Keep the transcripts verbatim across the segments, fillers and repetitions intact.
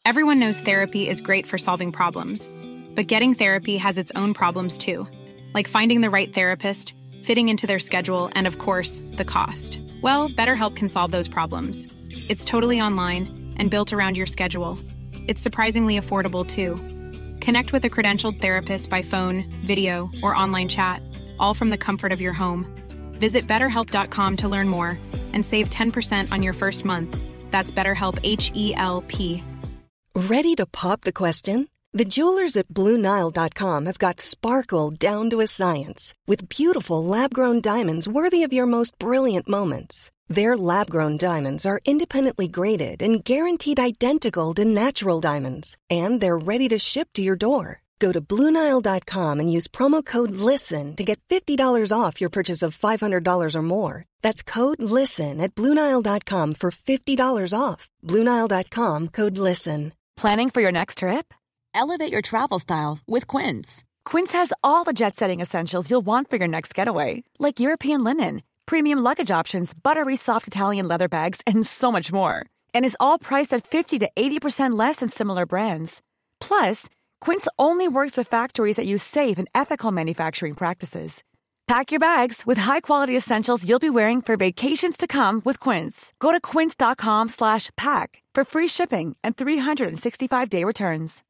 Everyone knows therapy is great for solving problems, but getting therapy has its own problems too, like finding the right therapist, fitting into their schedule, and of course, the cost. Well, BetterHelp can solve those problems. It's totally online and built around your schedule. It's surprisingly affordable too. Connect with a credentialed therapist by phone, video, or online chat, all from the comfort of your home. Visit better help dot com to learn more and save ten percent on your first month. That's BetterHelp, H E L P. Ready to pop the question? The jewelers at Blue Nile dot com have got sparkle down to a science with beautiful lab-grown diamonds worthy of your most brilliant moments. Their lab-grown diamonds are independently graded and guaranteed identical to natural diamonds, and they're ready to ship to your door. Go to Blue Nile dot com and use promo code LISTEN to get fifty dollars off your purchase of five hundred dollars or more. That's code LISTEN at Blue Nile dot com for fifty dollars off. Blue Nile dot com, code LISTEN. Planning for your next trip? Elevate your travel style with Quince. Quince has all the jet-setting essentials you'll want for your next getaway, like European linen, premium luggage options, buttery soft Italian leather bags, and so much more. And is all priced at fifty to eighty percent less than similar brands. Plus, Quince only works with factories that use safe and ethical manufacturing practices. Pack your bags with high-quality essentials you'll be wearing for vacations to come with Quince. Go to quince dot com slash pack for free shipping and three sixty-five day returns.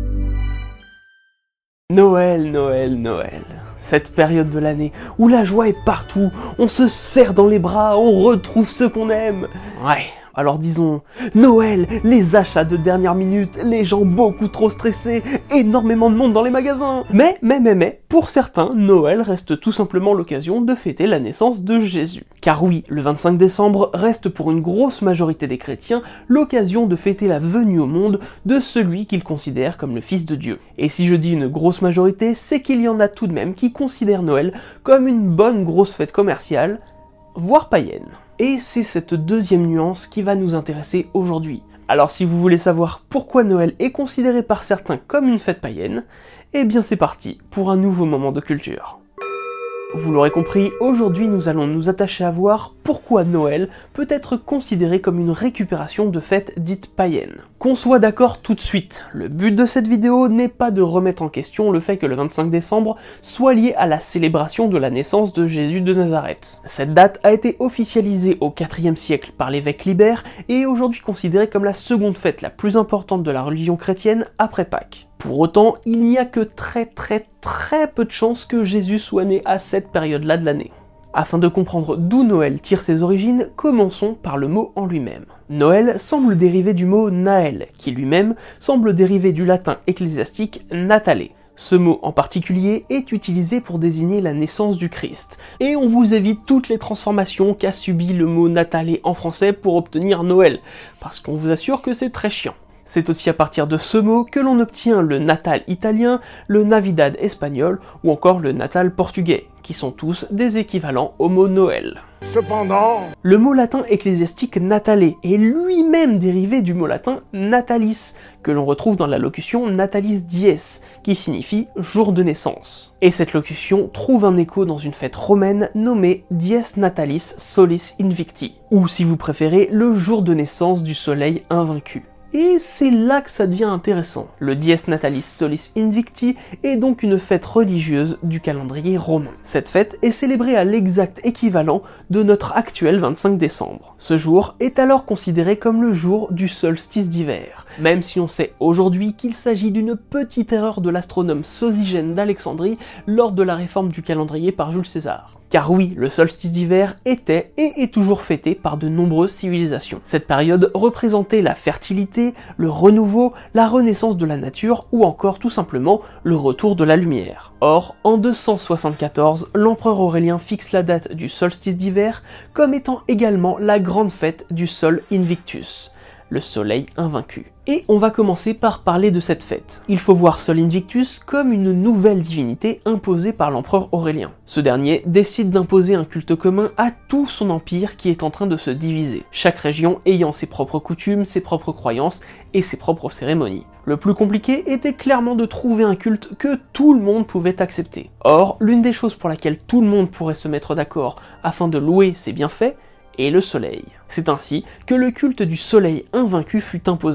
Noël, Noël, Noël. Cette période de l'année où la joie est partout, on se serre dans les bras, on retrouve ceux qu'on aime. Ouais, alors disons, Noël, les achats de dernière minute, les gens beaucoup trop stressés, énormément de monde dans les magasins. Mais, mais, mais, mais, pour certains, Noël reste tout simplement l'occasion de fêter la naissance de Jésus. Car oui, le vingt-cinq décembre reste pour une grosse majorité des chrétiens l'occasion de fêter la venue au monde de celui qu'ils considèrent comme le Fils de Dieu. Et si je dis une grosse majorité, c'est qu'il y en a tout de même qui considèrent Noël comme une bonne grosse fête commerciale, voire païenne. Et c'est cette deuxième nuance qui va nous intéresser aujourd'hui. Alors si vous voulez savoir pourquoi Noël est considéré par certains comme une fête païenne, eh bien c'est parti pour un nouveau moment de culture. Vous l'aurez compris, aujourd'hui nous allons nous attacher à voir pourquoi Noël peut être considéré comme une récupération de fêtes dites païennes. Qu'on soit d'accord tout de suite, le but de cette vidéo n'est pas de remettre en question le fait que le vingt-cinq décembre soit lié à la célébration de la naissance de Jésus de Nazareth. Cette date a été officialisée au quatrième siècle par l'évêque Libère et est aujourd'hui considérée comme la seconde fête la plus importante de la religion chrétienne après Pâques. Pour autant, il n'y a que très très très peu de chances que Jésus soit né à cette période-là de l'année. Afin de comprendre d'où Noël tire ses origines, commençons par le mot en lui-même. Noël semble dériver du mot Naël, qui lui-même semble dériver du latin ecclésiastique natale. Ce mot en particulier est utilisé pour désigner la naissance du Christ, et on vous évite toutes les transformations qu'a subi le mot natale en français pour obtenir Noël, parce qu'on vous assure que c'est très chiant. C'est aussi à partir de ce mot que l'on obtient le Natal italien, le Navidad espagnol ou encore le Natal portugais, qui sont tous des équivalents au mot Noël. Cependant, le mot latin ecclésiastique natale est lui-même dérivé du mot latin natalis, que l'on retrouve dans la locution natalis dies, qui signifie jour de naissance. Et cette locution trouve un écho dans une fête romaine nommée dies natalis solis invicti, ou si vous préférez, le jour de naissance du soleil invaincu. Et c'est là que ça devient intéressant. Le Dies Natalis Solis Invicti est donc une fête religieuse du calendrier romain. Cette fête est célébrée à l'exact équivalent de notre actuel vingt-cinq décembre. Ce jour est alors considéré comme le jour du solstice d'hiver, même si on sait aujourd'hui qu'il s'agit d'une petite erreur de l'astronome Sosygène d'Alexandrie lors de la réforme du calendrier par Jules César. Car oui, le solstice d'hiver était et est toujours fêté par de nombreuses civilisations. Cette période représentait la fertilité, le renouveau, la renaissance de la nature ou encore tout simplement le retour de la lumière. Or, en deux cent soixante-quatorze, l'empereur Aurélien fixe la date du solstice d'hiver comme étant également la grande fête du Sol Invictus, le soleil invaincu. Et on va commencer par parler de cette fête. Il faut voir Sol Invictus comme une nouvelle divinité imposée par l'empereur Aurélien. Ce dernier décide d'imposer un culte commun à tout son empire qui est en train de se diviser, chaque région ayant ses propres coutumes, ses propres croyances et ses propres cérémonies. Le plus compliqué était clairement de trouver un culte que tout le monde pouvait accepter. Or, l'une des choses pour laquelle tout le monde pourrait se mettre d'accord afin de louer ses bienfaits est le soleil. C'est ainsi que le culte du soleil invaincu fut imposé.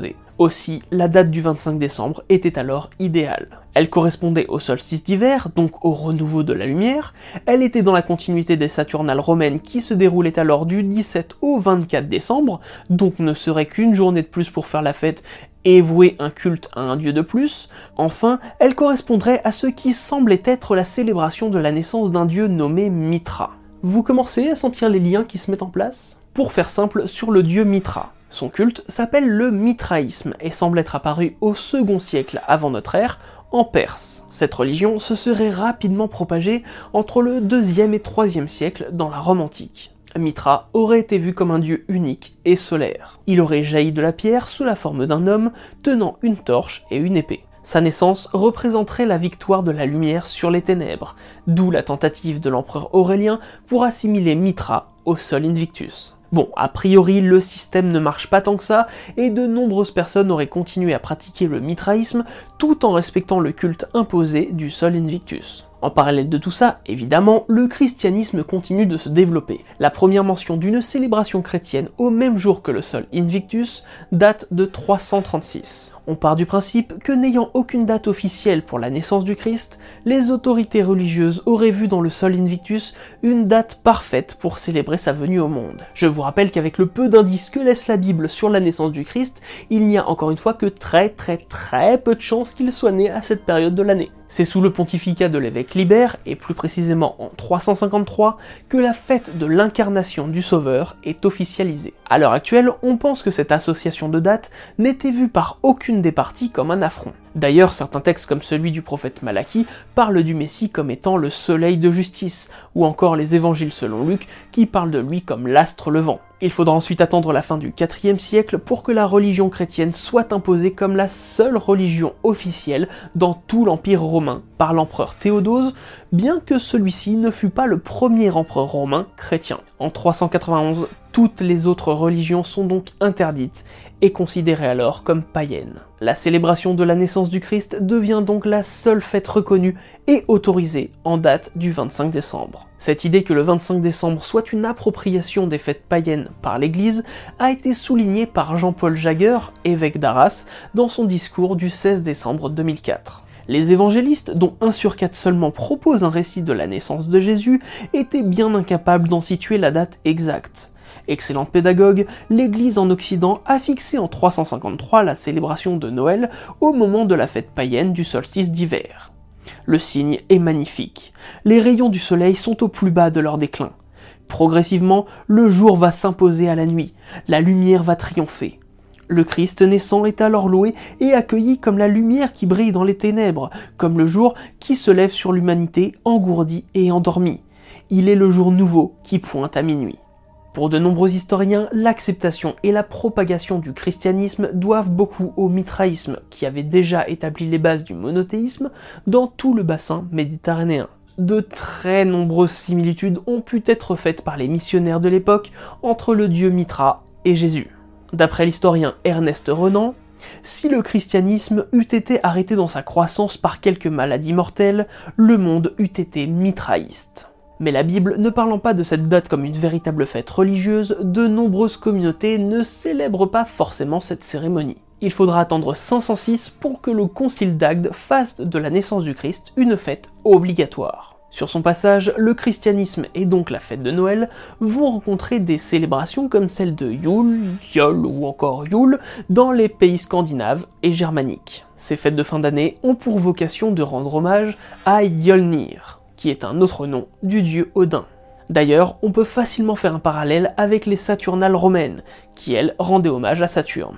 Aussi, la date du vingt-cinq décembre était alors idéale. Elle correspondait au solstice d'hiver, donc au renouveau de la lumière, elle était dans la continuité des Saturnales romaines qui se déroulaient alors du dix-sept au vingt-quatre décembre, donc ne serait qu'une journée de plus pour faire la fête et vouer un culte à un dieu de plus. Enfin, elle correspondrait à ce qui semblait être la célébration de la naissance d'un dieu nommé Mithra. Vous commencez à sentir les liens qui se mettent en place ? Pour faire simple, sur le dieu Mithra. Son culte s'appelle le mithraïsme et semble être apparu au second siècle avant notre ère, en Perse. Cette religion se serait rapidement propagée entre le deuxième et troisième siècle dans la Rome antique. Mithra aurait été vu comme un dieu unique et solaire. Il aurait jailli de la pierre sous la forme d'un homme tenant une torche et une épée. Sa naissance représenterait la victoire de la lumière sur les ténèbres, d'où la tentative de l'empereur Aurélien pour assimiler Mithra au Sol Invictus. Bon, a priori, le système ne marche pas tant que ça, et de nombreuses personnes auraient continué à pratiquer le mithraïsme tout en respectant le culte imposé du Sol Invictus. En parallèle de tout ça, évidemment, le christianisme continue de se développer. La première mention d'une célébration chrétienne au même jour que le Sol Invictus date de trois cent trente-six. On part du principe que n'ayant aucune date officielle pour la naissance du Christ, les autorités religieuses auraient vu dans le Sol Invictus une date parfaite pour célébrer sa venue au monde. Je vous rappelle qu'avec le peu d'indices que laisse la Bible sur la naissance du Christ, il n'y a encore une fois que très très très peu de chances qu'il soit né à cette période de l'année. C'est sous le pontificat de l'évêque Libère, et plus précisément en trois cent cinquante-trois, que la fête de l'incarnation du Sauveur est officialisée. À l'heure actuelle, on pense que cette association de dates n'était vue par aucune des parties comme un affront. D'ailleurs, certains textes comme celui du prophète Malachie parlent du Messie comme étant le soleil de justice, ou encore les évangiles selon Luc qui parlent de lui comme l'astre levant. Il faudra ensuite attendre la fin du quatrième siècle pour que la religion chrétienne soit imposée comme la seule religion officielle dans tout l'Empire romain par l'empereur Théodose, bien que celui-ci ne fût pas le premier empereur romain chrétien. En trois cent quatre-vingt-onze, toutes les autres religions sont donc interdites et considérée alors comme païenne. La célébration de la naissance du Christ devient donc la seule fête reconnue et autorisée en date du vingt-cinq décembre. Cette idée que le vingt-cinq décembre soit une appropriation des fêtes païennes par l'Église a été soulignée par Jean-Paul Jager, évêque d'Arras, dans son discours du seize décembre deux mille quatre. Les évangélistes, dont un sur quatre seulement propose un récit de la naissance de Jésus, étaient bien incapables d'en situer la date exacte. Excellente pédagogue, l'Église en Occident a fixé en trois cent cinquante-trois la célébration de Noël au moment de la fête païenne du solstice d'hiver. Le signe est magnifique. Les rayons du soleil sont au plus bas de leur déclin. Progressivement, le jour va s'imposer à la nuit, la lumière va triompher. Le Christ naissant est alors loué et accueilli comme la lumière qui brille dans les ténèbres, comme le jour qui se lève sur l'humanité engourdie et endormie. Il est le jour nouveau qui pointe à minuit. Pour de nombreux historiens, l'acceptation et la propagation du christianisme doivent beaucoup au mithraïsme, qui avait déjà établi les bases du monothéisme dans tout le bassin méditerranéen. De très nombreuses similitudes ont pu être faites par les missionnaires de l'époque entre le dieu Mithra et Jésus. D'après l'historien Ernest Renan, si le christianisme eût été arrêté dans sa croissance par quelques maladies mortelles, le monde eût été mithraïste. Mais la Bible ne parlant pas de cette date comme une véritable fête religieuse, de nombreuses communautés ne célèbrent pas forcément cette cérémonie. Il faudra attendre cinq cent six pour que le concile d'Agde fasse de la naissance du Christ une fête obligatoire. Sur son passage, le christianisme et donc la fête de Noël vont rencontrer des célébrations comme celle de Yule, Yule ou encore Yule dans les pays scandinaves et germaniques. Ces fêtes de fin d'année ont pour vocation de rendre hommage à Mjolnir, qui est un autre nom du dieu Odin. D'ailleurs, on peut facilement faire un parallèle avec les Saturnales romaines, qui elles rendaient hommage à Saturne.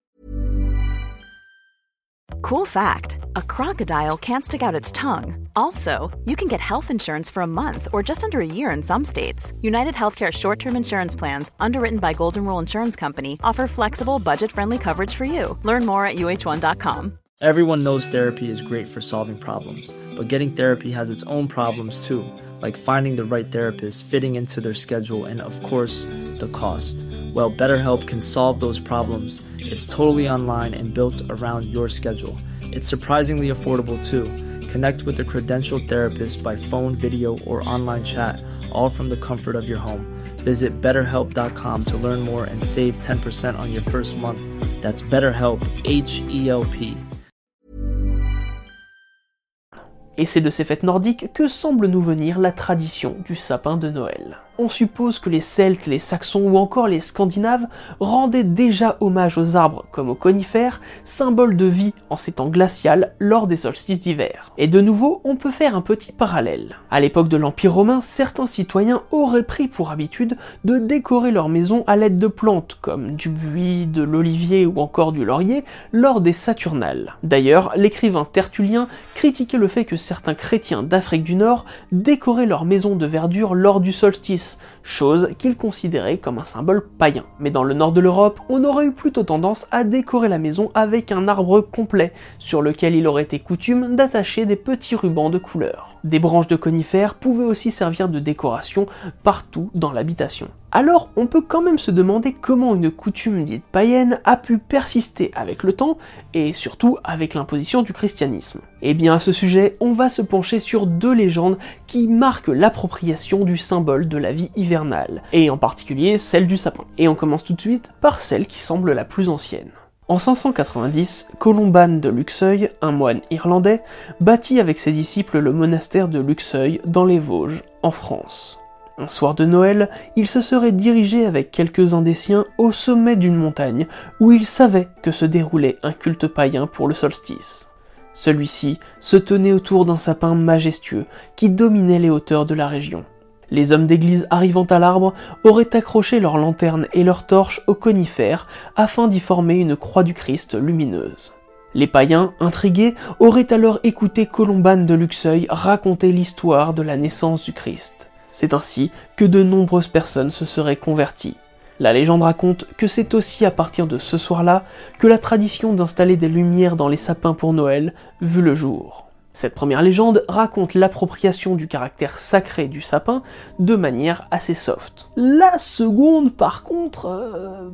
Cool fact, a crocodile can't stick out its tongue. Also, you can get health insurance for a month or just under a year in some states. United Healthcare short-term insurance plans, underwritten by Golden Rule Insurance Company, offer flexible, budget-friendly coverage for you. Learn more at U H one dot com. Everyone knows therapy is great for solving problems, but getting therapy has its own problems too, like finding the right therapist, fitting into their schedule, and of course, the cost. Well, BetterHelp can solve those problems. It's totally online and built around your schedule. It's surprisingly affordable too. Connect with a credentialed therapist by phone, video, or online chat, all from the comfort of your home. Visit better help dot com to learn more and save ten percent on your first month. That's BetterHelp, H E L P. Et c'est de ces fêtes nordiques que semble nous venir la tradition du sapin de Noël. On suppose que les Celtes, les Saxons ou encore les Scandinaves rendaient déjà hommage aux arbres comme aux conifères, symboles de vie en ces temps glacials lors des solstices d'hiver. Et de nouveau, on peut faire un petit parallèle. À l'époque de l'Empire romain, certains citoyens auraient pris pour habitude de décorer leur maison à l'aide de plantes comme du buis, de l'olivier ou encore du laurier lors des Saturnales. D'ailleurs, l'écrivain Tertullien critiquait le fait que certains chrétiens d'Afrique du Nord décoraient leur maison de verdure lors du solstice, chose qu'il considérait comme un symbole païen. Mais dans le nord de l'Europe, on aurait eu plutôt tendance à décorer la maison avec un arbre complet, sur lequel il aurait été coutume d'attacher des petits rubans de couleur. Des branches de conifères pouvaient aussi servir de décoration partout dans l'habitation. Alors on peut quand même se demander comment une coutume dite païenne a pu persister avec le temps, et surtout avec l'imposition du christianisme. Et bien à ce sujet, on va se pencher sur deux légendes qui marquent l'appropriation du symbole de la vie hivernale, et en particulier celle du sapin. Et on commence tout de suite par celle qui semble la plus ancienne. En cinq cent quatre-vingt-dix, Columban de Luxeuil, un moine irlandais, bâtit avec ses disciples le monastère de Luxeuil dans les Vosges, en France. Un soir de Noël, il se serait dirigé avec quelques-uns des siens au sommet d'une montagne où il savait que se déroulait un culte païen pour le solstice. Celui-ci se tenait autour d'un sapin majestueux qui dominait les hauteurs de la région. Les hommes d'église arrivant à l'arbre auraient accroché leurs lanternes et leurs torches aux conifères afin d'y former une croix du Christ lumineuse. Les païens, intrigués, auraient alors écouté Columban de Luxeuil raconter l'histoire de la naissance du Christ. C'est ainsi que de nombreuses personnes se seraient converties. La légende raconte que c'est aussi à partir de ce soir-là que la tradition d'installer des lumières dans les sapins pour Noël vit le jour. Cette première légende raconte l'appropriation du caractère sacré du sapin de manière assez soft. La seconde, par contre... Euh...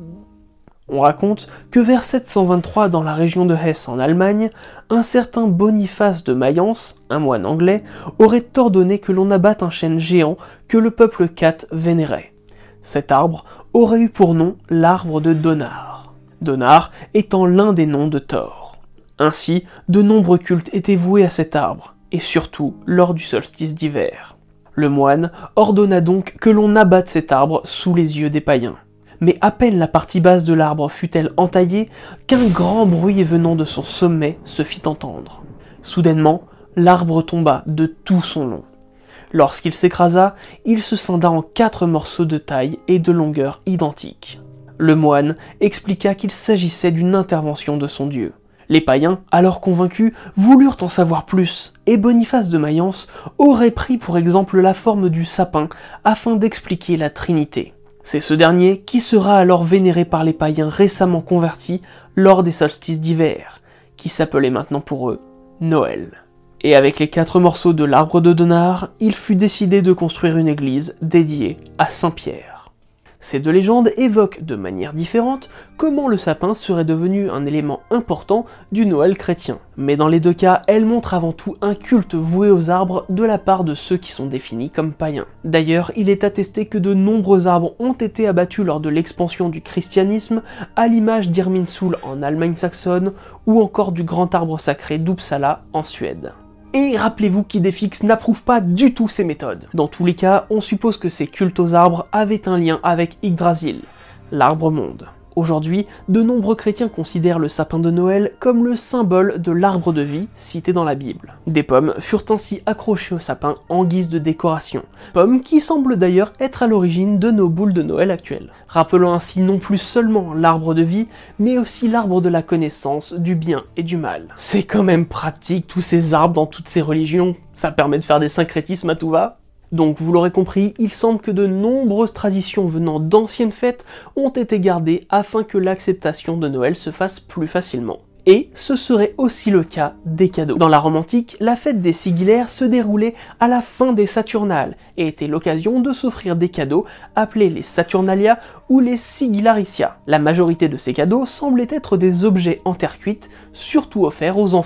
On raconte que vers sept cent vingt-trois, dans la région de Hesse en Allemagne, un certain Boniface de Mayence, un moine anglais, aurait ordonné que l'on abatte un chêne géant que le peuple cath vénérait. Cet arbre aurait eu pour nom l'arbre de Donar, Donar étant l'un des noms de Thor. Ainsi, de nombreux cultes étaient voués à cet arbre, et surtout lors du solstice d'hiver. Le moine ordonna donc que l'on abatte cet arbre sous les yeux des païens. Mais à peine la partie basse de l'arbre fut-elle entaillée qu'un grand bruit venant de son sommet se fit entendre. Soudainement, l'arbre tomba de tout son long. Lorsqu'il s'écrasa, il se scinda en quatre morceaux de taille et de longueur identiques. Le moine expliqua qu'il s'agissait d'une intervention de son dieu. Les païens, alors convaincus, voulurent en savoir plus, et Boniface de Mayence aurait pris pour exemple la forme du sapin afin d'expliquer la Trinité. C'est ce dernier qui sera alors vénéré par les païens récemment convertis lors des solstices d'hiver, qui s'appelait maintenant pour eux Noël. Et avec les quatre morceaux de l'arbre de Donar, il fut décidé de construire une église dédiée à Saint-Pierre. Ces deux légendes évoquent de manière différente comment le sapin serait devenu un élément important du Noël chrétien. Mais dans les deux cas, elles montrent avant tout un culte voué aux arbres de la part de ceux qui sont définis comme païens. D'ailleurs, il est attesté que de nombreux arbres ont été abattus lors de l'expansion du christianisme, à l'image d'Irminsul en Allemagne saxonne, ou encore du grand arbre sacré d'Uppsala en Suède. Et rappelez-vous qu'Idéfix n'approuve pas du tout ces méthodes. Dans tous les cas, on suppose que ces cultes aux arbres avaient un lien avec Yggdrasil, l'arbre-monde. Aujourd'hui, de nombreux chrétiens considèrent le sapin de Noël comme le symbole de l'arbre de vie cité dans la Bible. Des pommes furent ainsi accrochées au sapin en guise de décoration. Pommes qui semblent d'ailleurs être à l'origine de nos boules de Noël actuelles. Rappelant ainsi non plus seulement l'arbre de vie, mais aussi l'arbre de la connaissance du bien et du mal. C'est quand même pratique tous ces arbres dans toutes ces religions. Ça permet de faire des syncrétismes à tout va. Donc vous l'aurez compris, il semble que de nombreuses traditions venant d'anciennes fêtes ont été gardées afin que l'acceptation de Noël se fasse plus facilement. Et ce serait aussi le cas des cadeaux. Dans la Rome antique, la fête des Sigillaires se déroulait à la fin des Saturnales et était l'occasion de s'offrir des cadeaux appelés les Saturnalia ou les Sigillaritia. La majorité de ces cadeaux semblaient être des objets en terre cuite, surtout offerts aux enfants.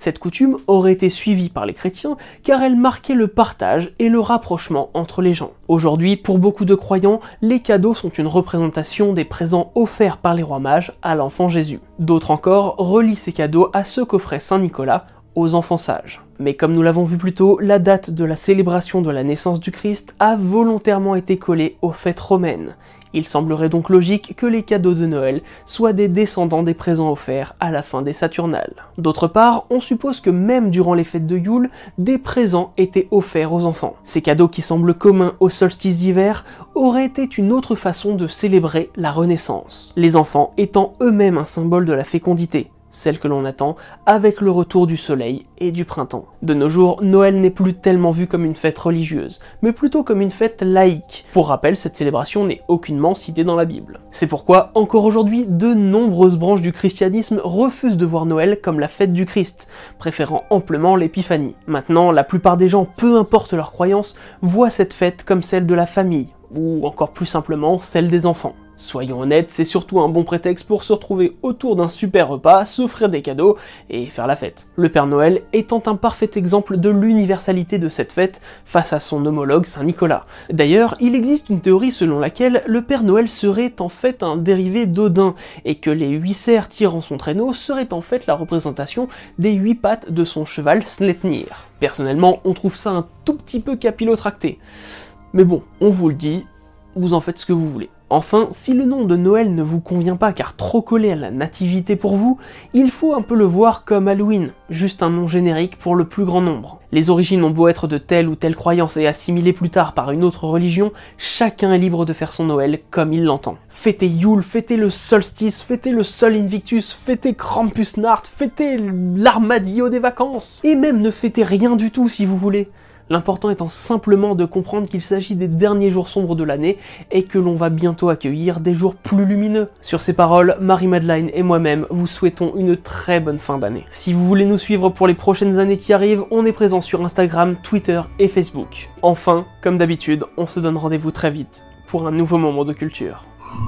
Cette coutume aurait été suivie par les chrétiens car elle marquait le partage et le rapprochement entre les gens. Aujourd'hui, pour beaucoup de croyants, les cadeaux sont une représentation des présents offerts par les rois mages à l'enfant Jésus. D'autres encore relient ces cadeaux à ceux qu'offrait Saint Nicolas aux enfants sages. Mais comme nous l'avons vu plus tôt, la date de la célébration de la naissance du Christ a volontairement été collée aux fêtes romaines. Il semblerait donc logique que les cadeaux de Noël soient des descendants des présents offerts à la fin des Saturnales. D'autre part, on suppose que même durant les fêtes de Yule, des présents étaient offerts aux enfants. Ces cadeaux qui semblent communs au solstice d'hiver auraient été une autre façon de célébrer la Renaissance, les enfants étant eux-mêmes un symbole de la fécondité, celle que l'on attend avec le retour du soleil et du printemps. De nos jours, Noël n'est plus tellement vu comme une fête religieuse, mais plutôt comme une fête laïque. Pour rappel, cette célébration n'est aucunement citée dans la Bible. C'est pourquoi, encore aujourd'hui, de nombreuses branches du christianisme refusent de voir Noël comme la fête du Christ, préférant amplement l'épiphanie. Maintenant, la plupart des gens, peu importe leur croyance, voient cette fête comme celle de la famille, ou encore plus simplement, celle des enfants. Soyons honnêtes, c'est surtout un bon prétexte pour se retrouver autour d'un super repas, s'offrir des cadeaux et faire la fête. Le Père Noël étant un parfait exemple de l'universalité de cette fête face à son homologue Saint Nicolas. D'ailleurs, il existe une théorie selon laquelle le Père Noël serait en fait un dérivé d'Odin et que les huit cerfs tirant son traîneau seraient en fait la représentation des huit pattes de son cheval Sleipnir. Personnellement, on trouve ça un tout petit peu capillotracté. Mais bon, on vous le dit, vous en faites ce que vous voulez. Enfin, si le nom de Noël ne vous convient pas car trop collé à la nativité pour vous, il faut un peu le voir comme Halloween, juste un nom générique pour le plus grand nombre. Les origines ont beau être de telle ou telle croyance et assimilées plus tard par une autre religion, chacun est libre de faire son Noël comme il l'entend. Fêtez Yule, fêtez le solstice, fêtez le Sol Invictus, fêtez Krampusnacht, fêtez l'armadillo des vacances, et même ne fêtez rien du tout si vous voulez. L'important étant simplement de comprendre qu'il s'agit des derniers jours sombres de l'année et que l'on va bientôt accueillir des jours plus lumineux. Sur ces paroles, Marie-Madeleine et moi-même vous souhaitons une très bonne fin d'année. Si vous voulez nous suivre pour les prochaines années qui arrivent, on est présent sur Instagram, Twitter et Facebook. Enfin, comme d'habitude, on se donne rendez-vous très vite pour un nouveau moment de culture.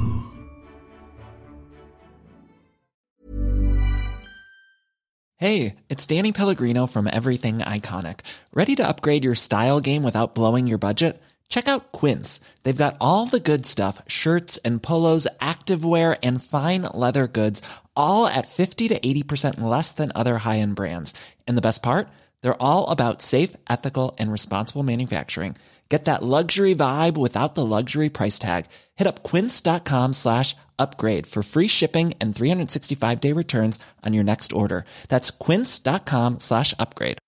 Hey, it's Danny Pellegrino from Everything Iconic. Ready to upgrade your style game without blowing your budget? Check out Quince. They've got all the good stuff, shirts and polos, activewear, and fine leather goods, all at fifty to eighty percent less than other high-end brands. And the best part? They're all about safe, ethical, and responsible manufacturing. Get that luxury vibe without the luxury price tag. Hit up quince.com slash upgrade for free shipping and three sixty-five day returns on your next order. That's quince.com slash upgrade.